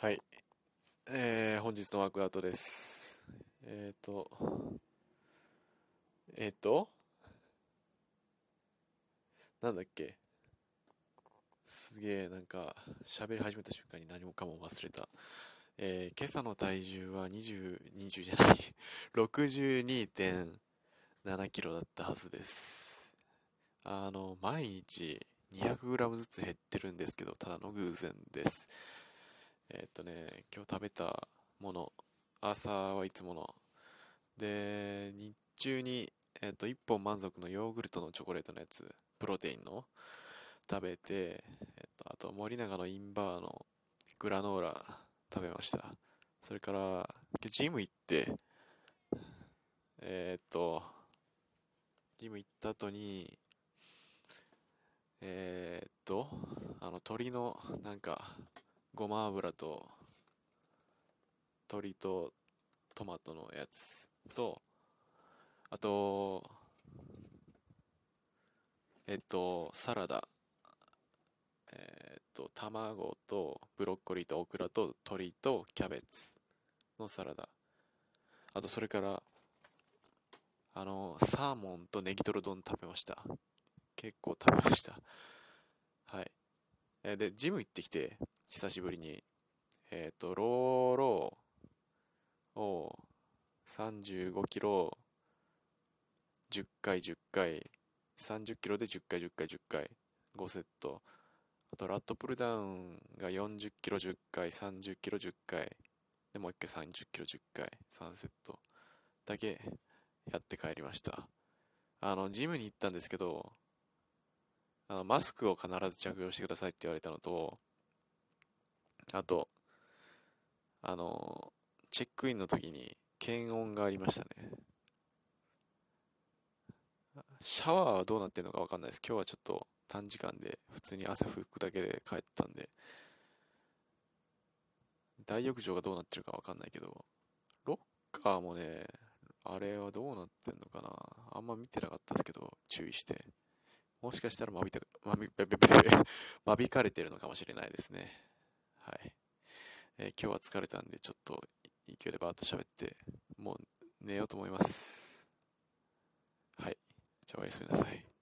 はい。本日のワークアウトです。えっと、えっと、なんだっけ。すげえ、喋り始めた瞬間に何もかも忘れた。今朝の体重は20じゃない、62.7キロだったはずです。毎日 200g ずつ減ってるんですけど、ただの偶然です。今日食べたもの、朝はいつもので、日中に、1本満足のヨーグルトのチョコレートのやつ、プロテインの食べて、あと森永のインバーのグラノーラ食べました。それから、ジム行って、えーっと、ジム行った後に、鶏の、ごま油と、鶏とトマトのやつと、あと、サラダ、卵とブロッコリーとオクラと鶏とキャベツのサラダ。あと、それから、サーモンとネギトロ丼食べました。結構食べました。はい。で、ジム行ってきて、久しぶりに、ローローを35キロ10回10回、30キロで10回10回10回、5セット。あと、ラットプルダウンが40キロ10回、30キロ10回、で、もう一回30キロ10回、3セットだけやって帰りました。ジムに行ったんですけど、マスクを必ず着用してくださいって言われたのと、あと、あの、チェックインの時に検温がありましたね。シャワーはどうなってるのかわかんないです。今日はちょっと短時間で普通に汗拭くだけで帰ったんで、大浴場がどうなってるかわかんないけど、ロッカーもね、あれはどうなってんのかな。あんま見てなかったですけど、注意して。もしかしたら間引た、間引、べべべべ間引かれてるのかもしれないですね。はい。今日は疲れたんで、ちょっと勢いでバーッと喋って、もう寝ようと思います。はい。じゃあおやすみなさい。